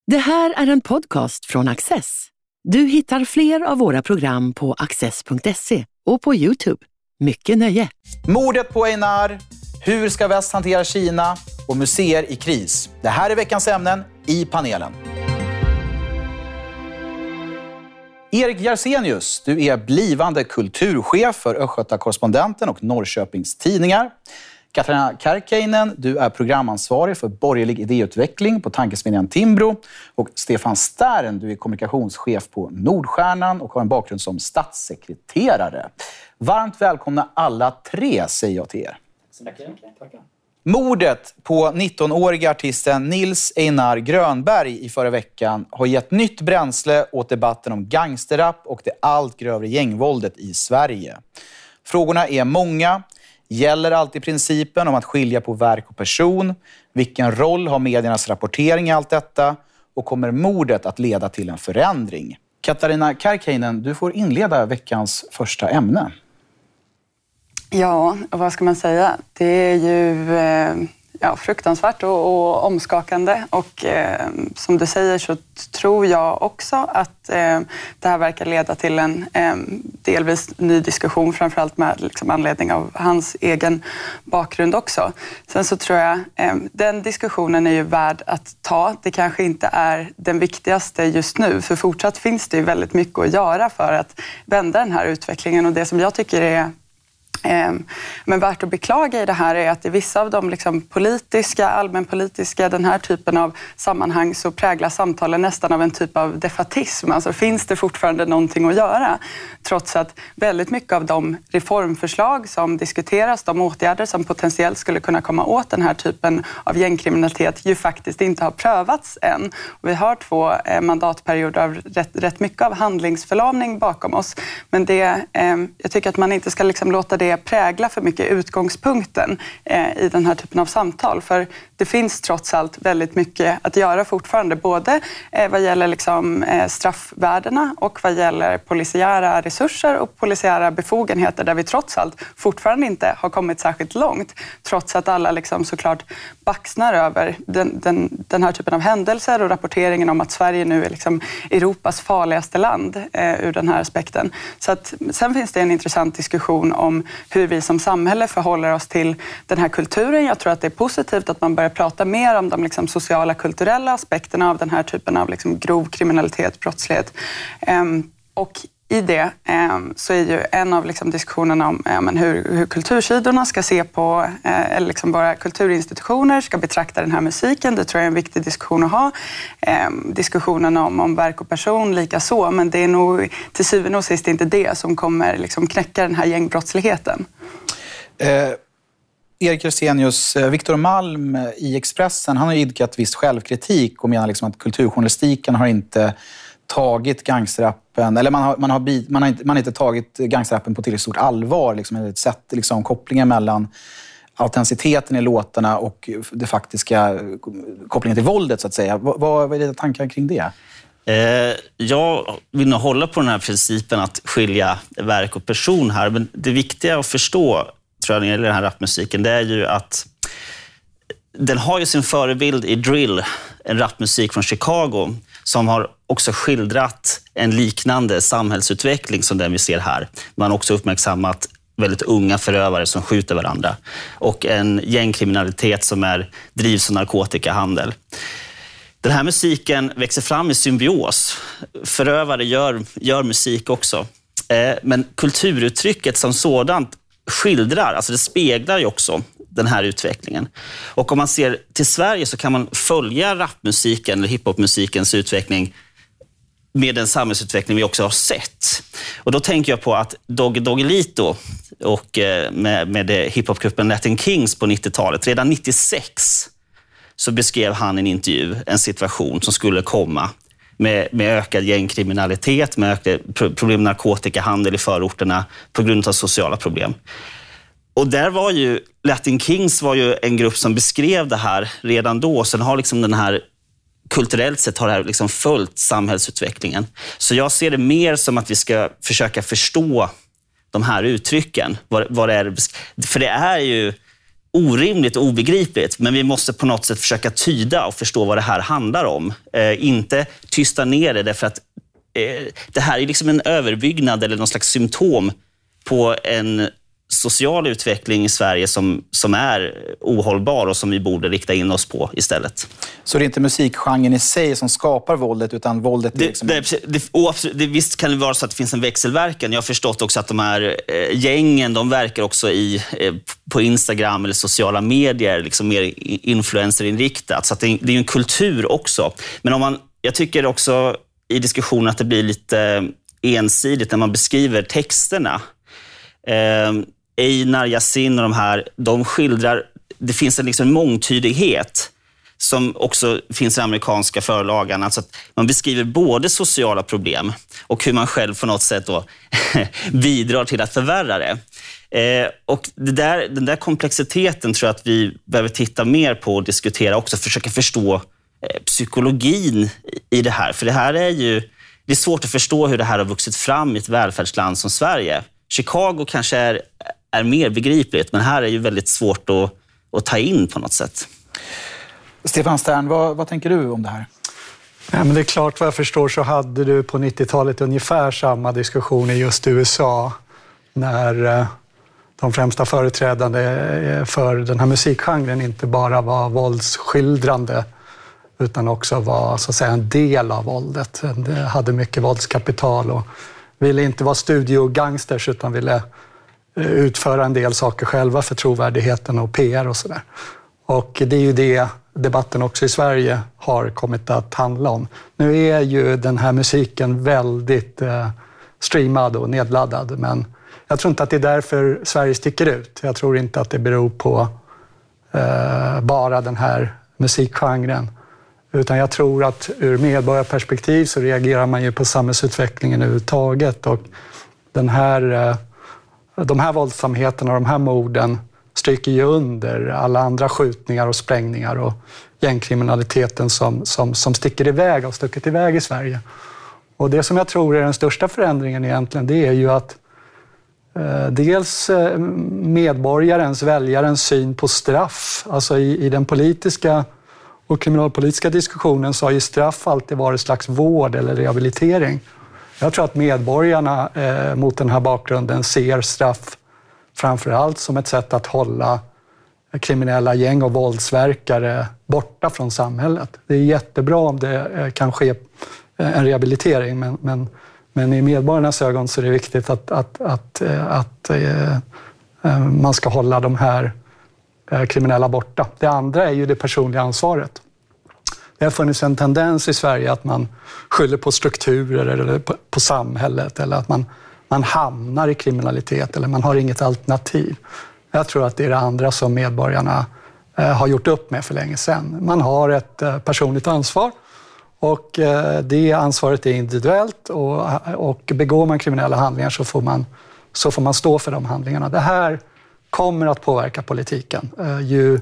Det här är en podcast från Access. Du hittar fler av våra program på access.se och på YouTube. Mycket nöje! Mordet på Einar, hur ska väst hantera Kina och museer i kris? Det här är veckans ämnen i panelen. Erik Jarsenius, du är blivande kulturchef för Östgöta-Korrespondenten och Norrköpings Tidningar. Katarina Kärkkäinen, du är programansvarig för borgerlig idéutveckling på tankesmedjan Timbro. Och Stefan Stern, du är kommunikationschef på Nordstjärnan och har en bakgrund som statssekreterare. Varmt välkomna alla tre, säger jag till er. Tackar. Mordet på 19-åriga artisten Nils Einar Grönberg i förra veckan har gett nytt bränsle åt debatten om gangsterrap och det allt grövre gängvåldet i Sverige. Frågorna är många. Gäller alltid principen om att skilja på verk och person? Vilken roll har mediernas rapportering i allt detta? Och kommer mordet att leda till en förändring? Katarina Kärkkäinen, du får inleda veckans första ämne. Ja, och vad ska man säga? Det är ju fruktansvärt och omskakande. Och som du säger så tror jag också att det här verkar leda till en delvis ny diskussion, framförallt med anledning av hans egen bakgrund också. Sen så tror jag den diskussionen är ju värd att ta. Det kanske inte är den viktigaste just nu, för fortsatt finns det ju väldigt mycket att göra för att vända den här utvecklingen. Och det som jag tycker är men värt att beklaga i det här är att i vissa av de politiska, allmänpolitiska, den här typen av sammanhang så präglas samtalen nästan av en typ av defatism. Alltså finns det fortfarande någonting att göra? Trots att väldigt mycket av de reformförslag som diskuteras, de åtgärder som potentiellt skulle kunna komma åt den här typen av gängkriminalitet ju faktiskt inte har prövats än. Och vi har 2 mandatperioder av rätt mycket av handlingsförlamning bakom oss. Men jag tycker att man inte ska låta det prägla för mycket utgångspunkten i den här typen av samtal. För det finns trots allt väldigt mycket att göra fortfarande. Både vad gäller straffvärdena och vad gäller polisiära resurser och polisiära befogenheter. Där vi trots allt fortfarande inte har kommit särskilt långt. Trots att alla såklart baxnar över den här typen av händelser och rapporteringen om att Sverige nu är Europas farligaste land ur den här aspekten. Så att, sen finns det en intressant diskussion om hur vi som samhälle förhåller oss till den här kulturen. Jag tror att det är positivt att man börjar prata mer om de sociala, kulturella aspekterna av den här typen av grov kriminalitet, brottslighet. Och i det så är ju en av diskussionerna om hur kultursidorna ska se på, eller våra kulturinstitutioner ska betrakta den här musiken. Det tror jag är en viktig diskussion att ha. Diskussionen om verk och person lika så, men det är nog till syvende och sist inte det som kommer knäcka den här gängbrottsligheten. Erik Jarsenius, Viktor Malm i Expressen, han har idkat viss självkritik och menar att kulturjournalistiken har inte tagit gangsterrappen, eller man har inte tagit gangsterrappen på tillräckligt stort allvar, eller sett kopplingen mellan autenticiteten i låtarna och det faktiska kopplingen till våldet så att säga. Vad är dina tankar kring det? Jag vill nog hålla på den här principen att skilja verk och person här, men det viktiga att förstå, tror jag, när det gäller den här rapmusiken, det är ju att den har ju sin förebild i drill, en rapmusik från Chicago, som har också skildrat en liknande samhällsutveckling som den vi ser här. Man har också uppmärksammat väldigt unga förövare som skjuter varandra och en gängkriminalitet som drivs av narkotikahandel. Den här musiken växer fram i symbios. Förövare gör musik också. Men kulturuttrycket som sådant skildrar, alltså det speglar ju också den här utvecklingen. Och om man ser till Sverige så kan man följa rapmusiken eller hiphopmusikens utveckling med den samhällsutveckling vi också har sett. Och då tänker jag på att Doggelito och med hiphopgruppen Latin Kings på 90-talet, redan 96 så beskrev han i en intervju en situation som skulle komma med ökad gängkriminalitet, med ökade problem med narkotikahandel i förorterna på grund av sociala problem. Och där var ju Latin Kings var ju en grupp som beskrev det här redan då. Sen har den här kulturellt sett har det här följt samhällsutvecklingen. Så jag ser det mer som att vi ska försöka förstå de här uttrycken. Vad det är. För det är ju orimligt och obegripligt, men vi måste på något sätt försöka tyda och förstå vad det här handlar om. Inte tysta ner det, därför att det här är liksom en överbyggnad eller någon slags symptom på en social utveckling i Sverige som är ohållbar och som vi borde rikta in oss på istället. Så det är inte musikgenren i sig som skapar våldet, utan våldet är liksom... Visst kan det vara så att det finns en växelverkan. Jag har förstått också att de här gängen, de verkar också på Instagram eller sociala medier, liksom mer influencerinriktat. Så att det är ju en kultur också. Men jag tycker också i diskussionen att det blir lite ensidigt när man beskriver texterna. Einar, Yasin och de skildrar, det finns en liksom mångtydighet som också finns i amerikanska förlagan. Alltså att man beskriver både sociala problem och hur man själv på något sätt då bidrar till att förvärra det. Och den där komplexiteten tror jag att vi behöver titta mer på och diskutera också, försöka förstå psykologin i det här. För det här det är svårt att förstå hur det här har vuxit fram i ett välfärdsland som Sverige. Chicago kanske är mer begripligt, men här är ju väldigt svårt att ta in på något sätt. Stefan Stern, vad tänker du om det här? Ja, men det är klart, vad jag förstår så hade du på 90-talet ungefär samma diskussion i just USA när de främsta företrädande för den här musikgenren inte bara var våldsskildrande utan också var så att säga en del av våldet. Det hade mycket våldskapital och ville inte vara studiogangsters utan ville utföra en del saker själva för trovärdigheten och PR och sådär. Och det är ju det debatten också i Sverige har kommit att handla om. Nu är ju den här musiken väldigt streamad och nedladdad, men jag tror inte att det är därför Sverige sticker ut. Jag tror inte att det beror på bara den här musikgenren. Utan jag tror att ur medborgarperspektiv så reagerar man ju på samhällsutvecklingen överhuvudtaget. Och de här våldsamheterna och de här morden stryker ju under alla andra skjutningar och sprängningar och gängkriminaliteten som sticker iväg och stuckit iväg i Sverige. Och det som jag tror är den största förändringen egentligen, det är ju att dels medborgarens, väljarens syn på straff. Alltså i den politiska och kriminalpolitiska diskussionen så har ju straff alltid varit ett slags vård eller rehabilitering. Jag tror att medborgarna mot den här bakgrunden ser straff framförallt som ett sätt att hålla kriminella gäng och våldsverkare borta från samhället. Det är jättebra om det kan ske en rehabilitering, men i medborgarnas ögon så är det viktigt att man ska hålla de här kriminella borta. Det andra är ju det personliga ansvaret. Det har funnits en tendens i Sverige att man skyller på strukturer eller på samhället eller att man hamnar i kriminalitet eller man har inget alternativ. Jag tror att det är det andra som medborgarna har gjort upp med för länge sedan. Man har ett personligt ansvar och det ansvaret är individuellt och begår man kriminella handlingar så får man stå för de handlingarna. Det här kommer att påverka politiken. Ju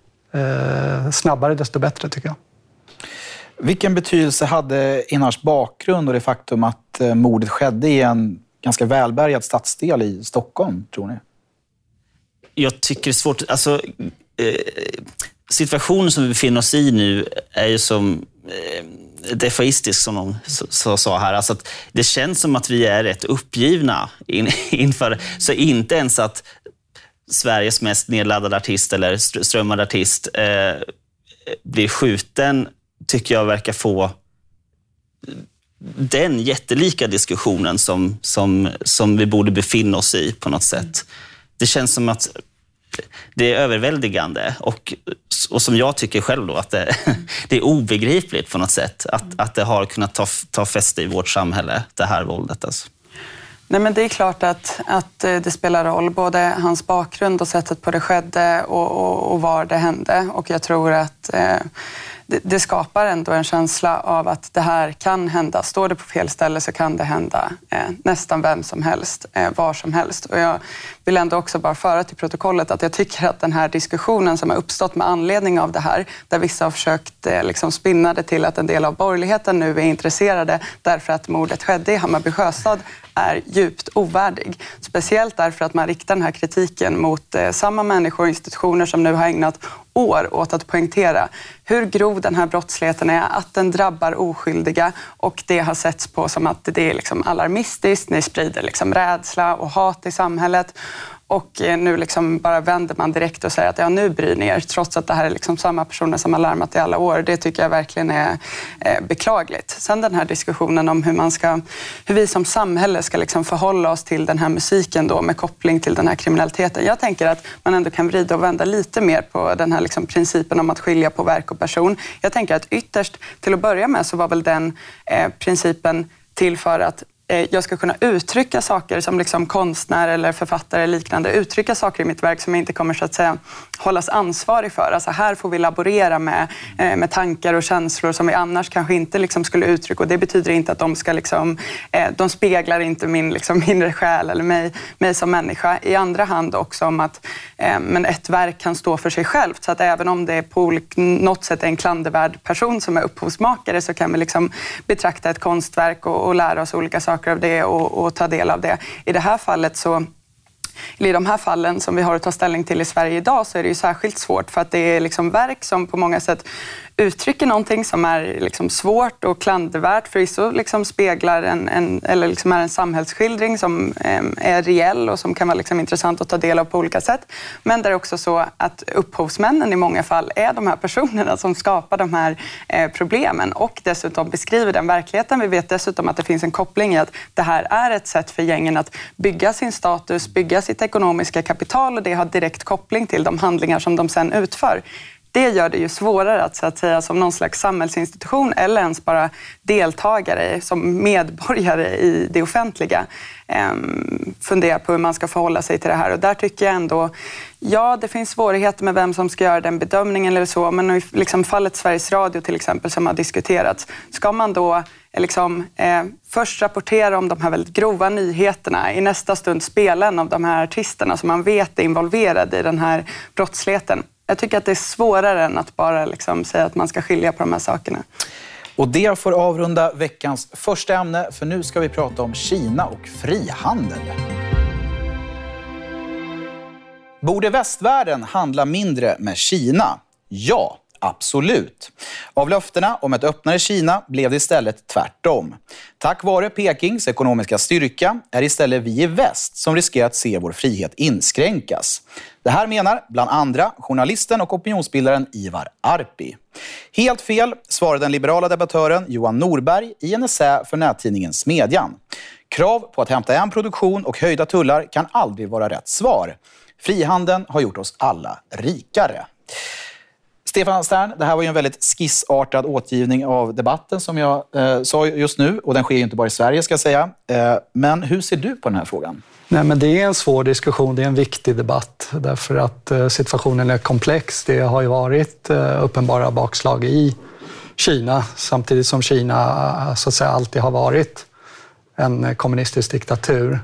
snabbare desto bättre tycker jag. Vilken betydelse hade Einars bakgrund och det faktum att mordet skedde i en ganska välbärgad stadsdel i Stockholm, tror ni? Jag tycker det är svårt. Alltså, situationen som vi befinner oss i nu är ju som defaistisk, som någon sa här. Alltså att det känns som att vi är rätt uppgivna inför. Så inte ens att Sveriges mest nedladdade artist eller strömmade artist blir skjuten, tycker jag verkar få den jättelika diskussionen som vi borde befinna oss i på något sätt. Det känns som att det är överväldigande och som jag tycker själv då att det är obegripligt på något sätt att det har kunnat ta fäste i vårt samhälle, det här våldet alltså. Nej, men det är klart att det spelar roll, både hans bakgrund och sättet på det skedde och var det hände. Och jag tror att det skapar ändå en känsla av att det här kan hända. Står det på fel ställe så kan det hända nästan vem som helst, var som helst. Och jag vill ändå också bara föra till protokollet att jag tycker att den här diskussionen som har uppstått med anledning av det här, där vissa har försökt liksom spinna det till att en del av borgerligheten nu är intresserade därför att mordet skedde i Hammarby Sjöstad, är djupt ovärdig. Speciellt därför att man riktar den här kritiken mot samma människor och institutioner som nu har ägnat år åt att poängtera hur grov den här brottsligheten är, att den drabbar oskyldiga, och det har setts på som att det är liksom alarmistiskt, ni sprider liksom rädsla och hat i samhället. Och nu liksom bara vänder man direkt och säger att nu bryr ni er, trots att det här är liksom samma personer som har larmat i alla år. Det tycker jag verkligen är beklagligt. Sen den här diskussionen om hur vi som samhälle ska liksom förhålla oss till den här musiken då, med koppling till den här kriminaliteten. Jag tänker att man ändå kan vrida och vända lite mer på den här liksom principen om att skilja på verk och person. Jag tänker att ytterst, till att börja med, så var väl den principen till för att jag ska kunna uttrycka saker som liksom konstnär eller författare eller liknande, uttrycka saker i mitt verk som jag inte kommer så att säga hållas ansvarig för. Alltså här får vi laborera med tankar och känslor som vi annars kanske inte liksom skulle uttrycka, och det betyder inte att de ska liksom, de speglar inte min liksom inre själ eller mig som människa. I andra hand också om att men ett verk kan stå för sig självt, så att även om det är på något sätt en klandervärd person som är upphovsmakare, så kan vi liksom betrakta ett konstverk och lära oss olika saker av det och ta del av det. I det här fallet i de här fallen som vi har att ta ställning till i Sverige idag, så är det ju särskilt svårt för att det är liksom verk som på många sätt uttrycker någonting som är liksom svårt och klandervärt, förvisso liksom speglar eller liksom är en samhällsskildring som är reell och som kan vara liksom intressant att ta del av på olika sätt. Men det är också så att upphovsmännen i många fall är de här personerna som skapar de här problemen och dessutom beskriver den verkligheten. Vi vet dessutom att det finns en koppling i att det här är ett sätt för gängen att bygga sin status, bygga sitt ekonomiska kapital, och det har direkt koppling till de handlingar som de sen utför. Det gör det ju svårare att, så att säga, som någon slags samhällsinstitution eller ens bara deltagare som medborgare i det offentliga fundera på hur man ska förhålla sig till det här. Och där tycker jag ändå, ja, det finns svårigheter med vem som ska göra den bedömningen eller så, men i liksom fallet Sveriges Radio till exempel som har diskuterats, ska man då liksom, först rapportera om de här väldigt grova nyheterna, i nästa stund spela en av de här artisterna som man vet är involverade i den här brottsligheten. Jag tycker att det är svårare än att bara liksom säga att man ska skilja på de här sakerna. Och det får avrunda veckans första ämne, för nu ska vi prata om Kina och frihandel. Borde västvärlden handla mindre med Kina? Ja, absolut. Av löftena om ett öppnare Kina blev det istället tvärtom. Tack vare Pekings ekonomiska styrka är det istället vi i väst som riskerar att se vår frihet inskränkas. Det här menar bland andra journalisten och opinionsbildaren Ivar Arpi. Helt fel, svarade den liberala debattören Johan Norberg i en essä för nättidningen Smedjan. Krav på att hämta hem produktion och höjda tullar kan aldrig vara rätt svar. Frihandeln har gjort oss alla rikare. Stefan Stern, det här var ju en väldigt skissartad återgivning av debatten som jag sa just nu. Och den sker ju inte bara i Sverige, ska jag säga. Men hur ser du på den här frågan? Nej, men det är en svår diskussion, det är en viktig debatt. Därför att situationen är komplex. Det har ju varit uppenbara bakslag i Kina. Samtidigt som Kina så att säga alltid har varit en kommunistisk diktatur.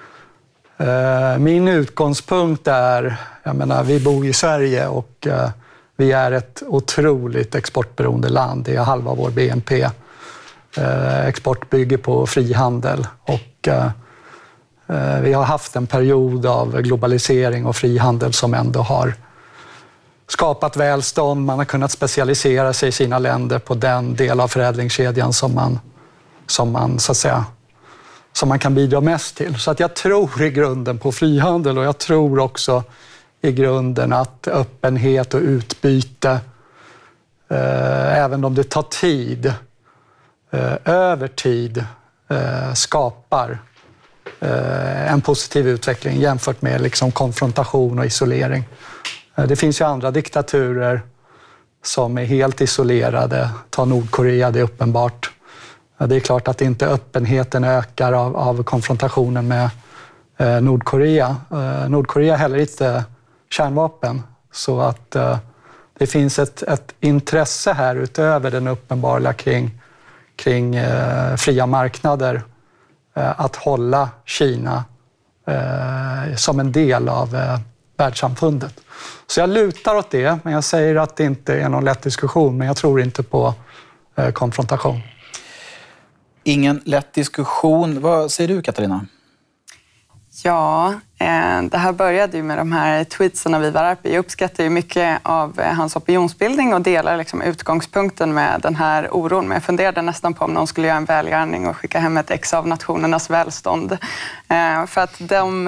Min utgångspunkt är, jag menar, vi bor i Sverige och vi är ett otroligt exportberoende land. Det är halva vår BNP. Export bygger på frihandel och vi har haft en period av globalisering och frihandel som ändå har skapat välstånd. Man har kunnat specialisera sig i sina länder på den del av förädlingskedjan som man så att säga, som man kan bidra mest till. Så att jag tror i grunden på frihandel, och jag tror också i grunden att öppenhet och utbyte, även om det tar tid, över tid skapar en positiv utveckling jämfört med liksom konfrontation och isolering. Det finns ju andra diktaturer som är helt isolerade. Ta Nordkorea, det är uppenbart. Det är klart att inte öppenheten ökar av konfrontationen med Nordkorea. Nordkorea heller inte kärnvapen, så att det finns ett intresse här utöver den uppenbara kring fria marknader att hålla Kina som en del av världssamfundet. Så jag lutar åt det, men jag säger att det inte är någon lätt diskussion, men jag tror inte på konfrontation. Ingen lätt diskussion. Vad säger du, Katarina? Ja, det här började ju med de här tweetsen av Ivar Arpi. Jag uppskattar ju mycket av hans opinionsbildning och delar liksom utgångspunkten med den här oron. Men jag funderade nästan på om någon skulle göra en välgärning och skicka hem ett ex av nationernas välstånd. För att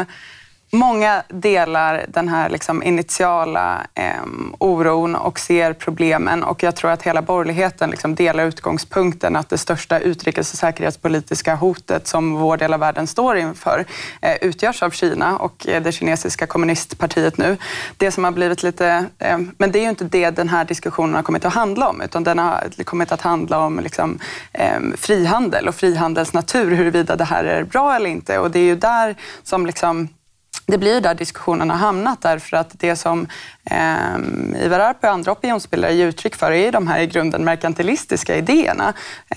många delar den här liksom initiala oron och ser problemen, och jag tror att hela borgerligheten liksom delar utgångspunkten att det största utrikes- och säkerhetspolitiska hotet som vår del av världen står inför utgörs av Kina och det kinesiska kommunistpartiet nu. Det som har blivit lite, men det är ju inte det den här diskussionen har kommit att handla om, utan den har kommit att handla om liksom, frihandel och frihandels natur, huruvida det här är bra eller inte, och det är ju där som liksom det blir där diskussionen har hamnat, därför att det som Ivar Arpi och andra opinionsbildare ger uttryck för är de här i grunden merkantilistiska idéerna.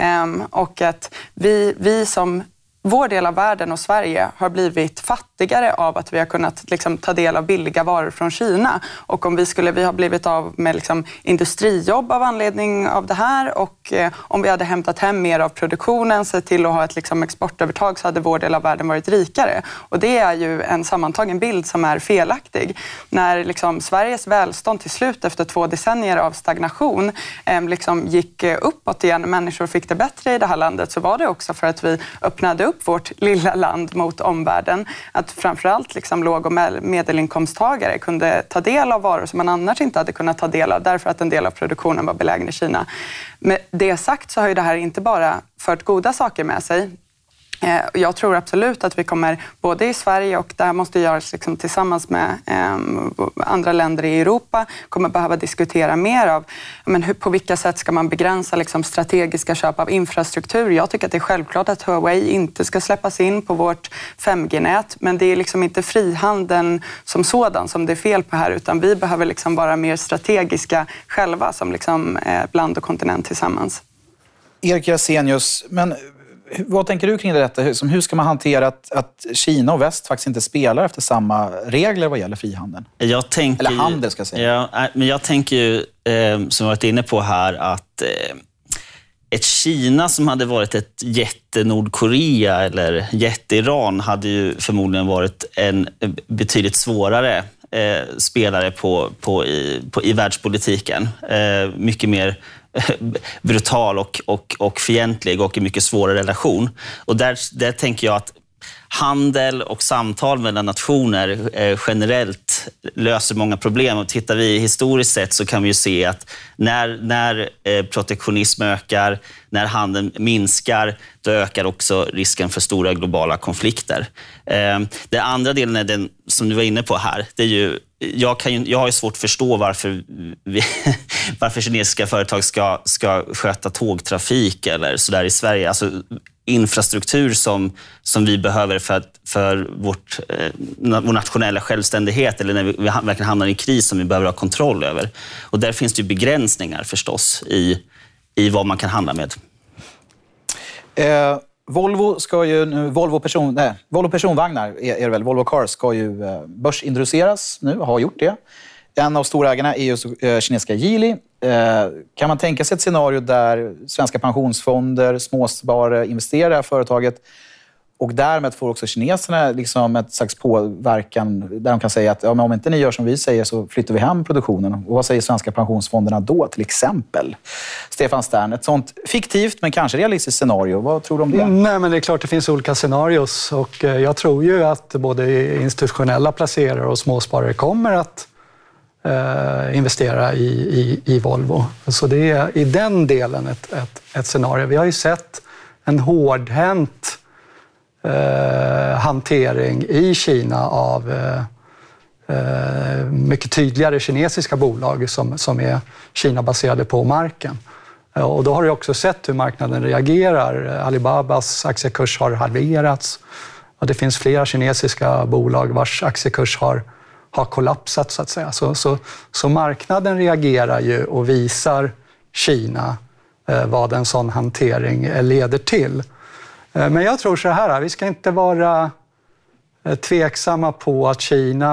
Och att vi som vår del av världen och Sverige har blivit fattigare av att vi har kunnat liksom ta del av billiga varor från Kina. Och om vi har blivit av med liksom industrijobb av anledning av det här, och om vi hade hämtat hem mer av produktionen, sett till att ha ett liksom exportövertag, så hade vår del av världen varit rikare. Och det är ju en sammantagen bild som är felaktig. När liksom Sveriges välstånd till slut efter 2 decennier av stagnation liksom gick uppåt igen, människor fick det bättre i det här landet, så var det också för att vi öppnade upp vårt lilla land mot omvärlden. Att framförallt liksom låg- och medelinkomsttagare kunde ta del av varor som man annars inte hade kunnat ta del av, därför att en del av produktionen var belägen i Kina. Med det sagt så har ju det här inte bara fört goda saker med sig. Jag tror absolut att vi kommer, både i Sverige, och det här måste göras liksom tillsammans med andra länder i Europa, kommer behöva diskutera mer av på vilka sätt ska man begränsa liksom strategiska köp av infrastruktur. Jag tycker att det är självklart att Huawei inte ska släppas in på vårt 5G-nät, men det är liksom inte frihandeln som sådan som det är fel på här, utan vi behöver liksom vara mer strategiska själva som liksom land och kontinent tillsammans. Erik Jersenius, men vad tänker du kring detta? Hur ska man hantera att Kina och väst faktiskt inte spelar efter samma regler vad gäller frihandeln? Eller handel, ska jag säga. Ja, men jag tänker ju, som jag varit inne på här, att ett Kina som hade varit ett jätte-Nordkorea eller jätte-Iran hade ju förmodligen varit en betydligt svårare spelare i världspolitiken. Mycket mer brutal och fientlig och en mycket svårare relation. Och där tänker jag att handel och samtal mellan nationer generellt löser många problem. Och tittar vi historiskt sett så kan vi ju se att när protektionism ökar, när handeln minskar, då ökar också risken för stora globala konflikter. Den andra delen är den som du var inne på här. Det är ju, jag har ju svårt att förstå varför kinesiska företag ska sköta tågtrafik eller sådär i Sverige. Alltså infrastruktur som vi behöver för vår nationella självständighet, eller när vi verkligen hamnar i kris som vi behöver ha kontroll över. Och där finns det ju begränsningar förstås i vad man kan handla med. Volvo ska ju nu, Volvo personvagnar är det väl, Volvo Cars ska ju börsintroduceras nu, har gjort det. En av storägarna är ju kinesiska Geely. Kan man tänka sig ett scenario där svenska pensionsfonder, småsparare investerar i företaget, och därmed får också kineserna liksom ett slags påverkan där de kan säga att om inte ni gör som vi säger så flyttar vi hem produktionen. Och vad säger svenska pensionsfonderna då, till exempel? Stefan Stern, ett sånt fiktivt men kanske realistiskt scenario, vad tror du om det? Nej, men det är klart det finns olika scenarios, och jag tror ju att både institutionella placerare och småsparare kommer att investera i Volvo. Så det är i den delen ett scenario. Vi har ju sett en hårdhänt hantering i Kina av mycket tydligare kinesiska bolag som är Kina-baserade på marken. Och då har du också sett hur marknaden reagerar. Alibabas aktiekurs har halverats, och det finns flera kinesiska bolag vars aktiekurs har har kollapsat så att säga. Så marknaden reagerar ju och visar Kina vad en sån hantering leder till. Men jag tror så här, vi ska inte vara tveksamma på att Kina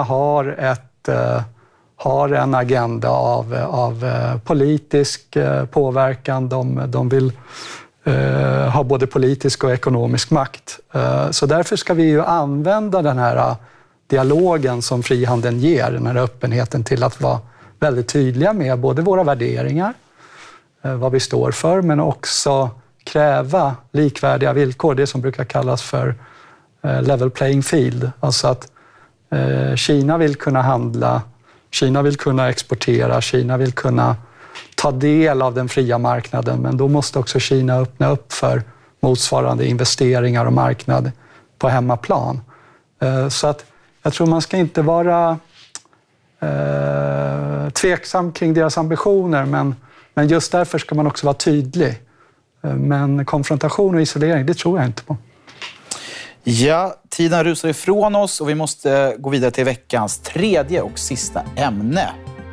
har en agenda av politisk påverkan. De vill ha både politisk och ekonomisk makt. Så därför ska vi ju använda den här dialogen som frihandeln ger, den här öppenheten till att vara väldigt tydliga med både våra värderingar, vad vi står för, men också kräva likvärdiga villkor, det som brukar kallas för level playing field. Alltså att Kina vill kunna handla, Kina vill kunna exportera, Kina vill kunna ta del av den fria marknaden, men då måste också Kina öppna upp för motsvarande investeringar och marknad på hemmaplan. Så att jag tror man ska inte vara tveksam kring deras ambitioner, men just därför ska man också vara tydlig. Men konfrontation och isolering, det tror jag inte på. Ja, tiden rusar ifrån oss och vi måste gå vidare till veckans tredje och sista ämne.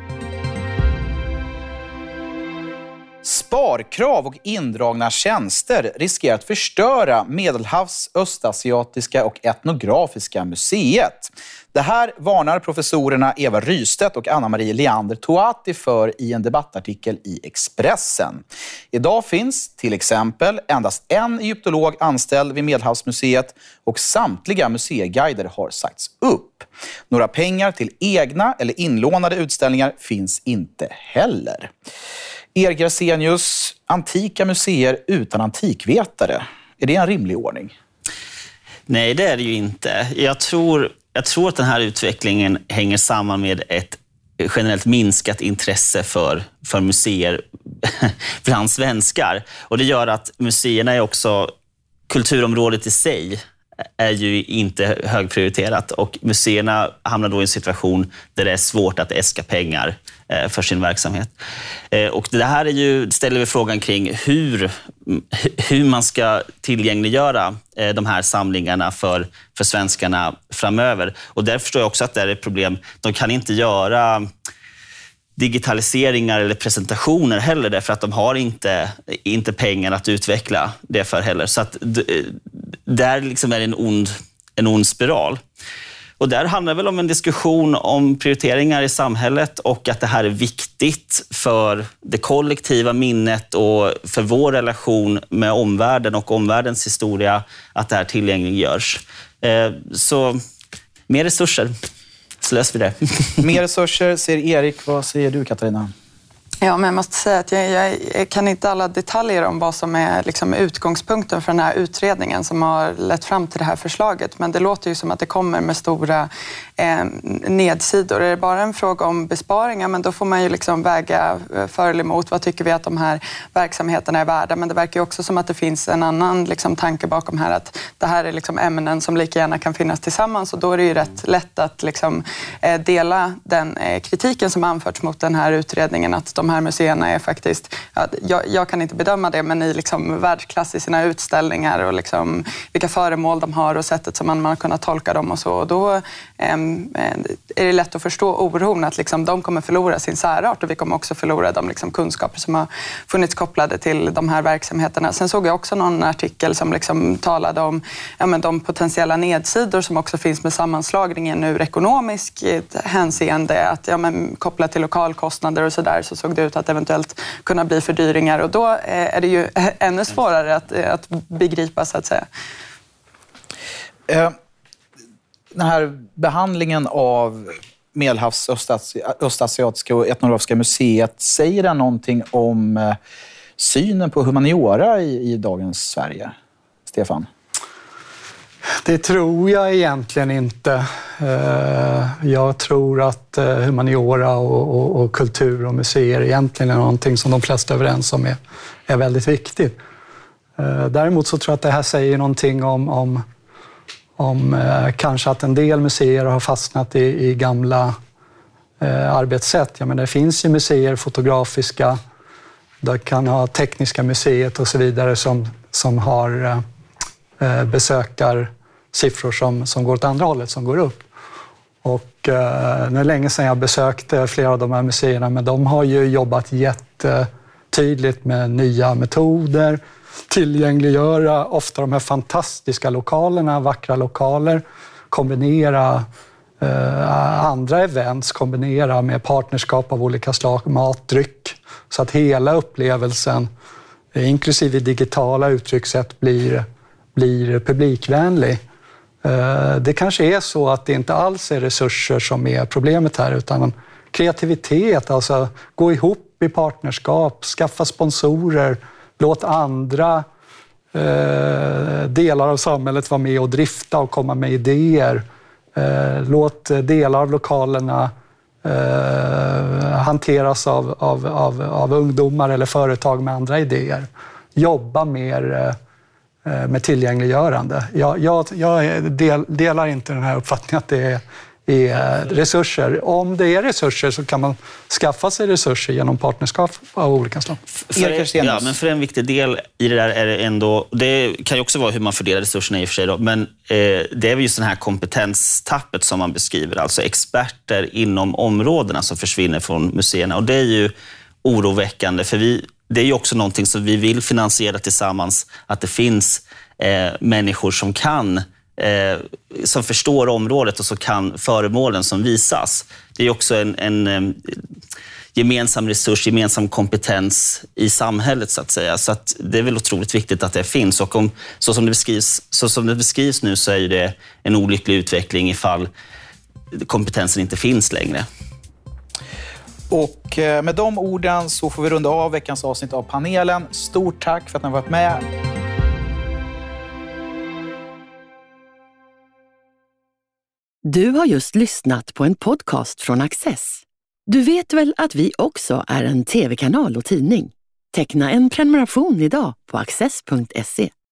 Sparkrav och indragna tjänster riskerar att förstöra Medelhavs östasiatiska och etnografiska museet. Det här varnar professorerna Eva Rystedt och Anna-Marie Leander Toati för i en debattartikel i Expressen. Idag finns till exempel endast en egyptolog anställd vid Medelhavsmuseet och samtliga museiguider har sagts upp. Några pengar till egna eller inlånade utställningar finns inte heller. Erik Gersenius, antika museer utan antikvetare. Är det en rimlig ordning? Nej, det är det ju inte. Jag tror att den här utvecklingen hänger samman med ett generellt minskat intresse för museer bland svenskar. Och det gör att museerna är också, kulturområdet i sig är ju inte högprioriterat och museerna hamnar då i en situation där det är svårt att äska pengar för sin verksamhet. Och det här ställer vi frågan kring hur man ska tillgängliggöra de här samlingarna för svenskarna framöver. Och där förstår jag också att det är ett problem. De kan inte göra digitaliseringar eller presentationer heller därför att de har inte pengar att utveckla det för heller. Så att där liksom är det en ond spiral. Och där handlar det väl om en diskussion om prioriteringar i samhället och att det här är viktigt för det kollektiva minnet och för vår relation med omvärlden och omvärldens historia att det här tillgängliggörs. Så mer resurser, så löser vi det. Mer resurser, säger Erik. Vad säger du, Katarina? Ja, men jag måste säga att jag kan inte alla detaljer om vad som är liksom utgångspunkten för den här utredningen som har lett fram till det här förslaget. Men det låter ju som att det kommer med stora nedsidor. Är det bara en fråga om besparingar, men då får man ju liksom väga för eller emot. Vad tycker vi att de här verksamheterna är värda? Men det verkar ju också som att det finns en annan liksom tanke bakom här. Att det här är liksom ämnen som lika gärna kan finnas tillsammans. Och då är det ju rätt lätt att liksom dela den kritiken som anförts mot den här utredningen. Att de här museerna är faktiskt, jag kan inte bedöma det, men i liksom världsklass i sina utställningar och liksom vilka föremål de har och sättet som man har kunnat tolka dem och så. Och då är det lätt att förstå oron att liksom de kommer förlora sin särart och vi kommer också förlora de liksom kunskaper som har funnits kopplade till de här verksamheterna. Sen såg jag också någon artikel som liksom talade om de potentiella nedsidor som också finns med sammanslagningen ur ekonomisk hänseende, att kopplat till lokalkostnader och sådär, så såg det ut att eventuellt kunna bli fördyringar och då är det ju ännu svårare att begripa så att säga. Den här behandlingen av Medelhavs östasiatiska och etnografiska museet, säger det någonting om synen på humaniora i dagens Sverige? Stefan? Det tror jag egentligen inte. Jag tror att humaniora och kultur och museer egentligen är någonting som de flesta är överens om är väldigt viktigt. Däremot så tror jag att det här säger någonting om kanske att en del museer har fastnat i gamla arbetssätt. Jag menar, det finns ju museer, fotografiska, det kan ha tekniska museet och så vidare som har besökarsiffror som går åt andra hållet, som går upp. Och det är länge sedan jag besökte flera av de här museerna, men de har ju jobbat jättetydligt med nya metoder, tillgängliggöra ofta de här fantastiska lokalerna, vackra lokaler, kombinera andra events, kombinera med partnerskap av olika slag, mat, dryck, så att hela upplevelsen, inklusive digitala uttryckssätt, blir publikvänlig. Det kanske är så att det inte alls är resurser som är problemet här, utan kreativitet, alltså gå ihop i partnerskap, skaffa sponsorer, låt andra delar av samhället vara med och drifta och komma med idéer. Låt delar av lokalerna hanteras av ungdomar eller företag med andra idéer. Jobba mer med tillgängliggörande. Jag delar inte den här uppfattningen att det är resurser. Om det är resurser så kan man skaffa sig resurser genom partnerskap av olika slag. Men för en viktig del i det där är det ändå, det kan ju också vara hur man fördelar resurserna i och för sig då, men det är väl just den här kompetenstappet som man beskriver, alltså experter inom områdena som försvinner från museerna, och det är ju oroväckande, för det är ju också någonting som vi vill finansiera tillsammans, att det finns människor som som förstår området och så kan föremålen som visas. Det är också en gemensam resurs, gemensam kompetens i samhället så att säga. Så att det är väl otroligt viktigt att det finns, och så som det beskrivs nu så är ju det en olycklig utveckling ifall kompetensen inte finns längre. Och med de orden så får vi runda av veckans avsnitt av panelen. Stort tack för att ni har varit med. Du har just lyssnat på en podcast från Access. Du vet väl att vi också är en tv-kanal och tidning? Teckna en prenumeration idag på access.se.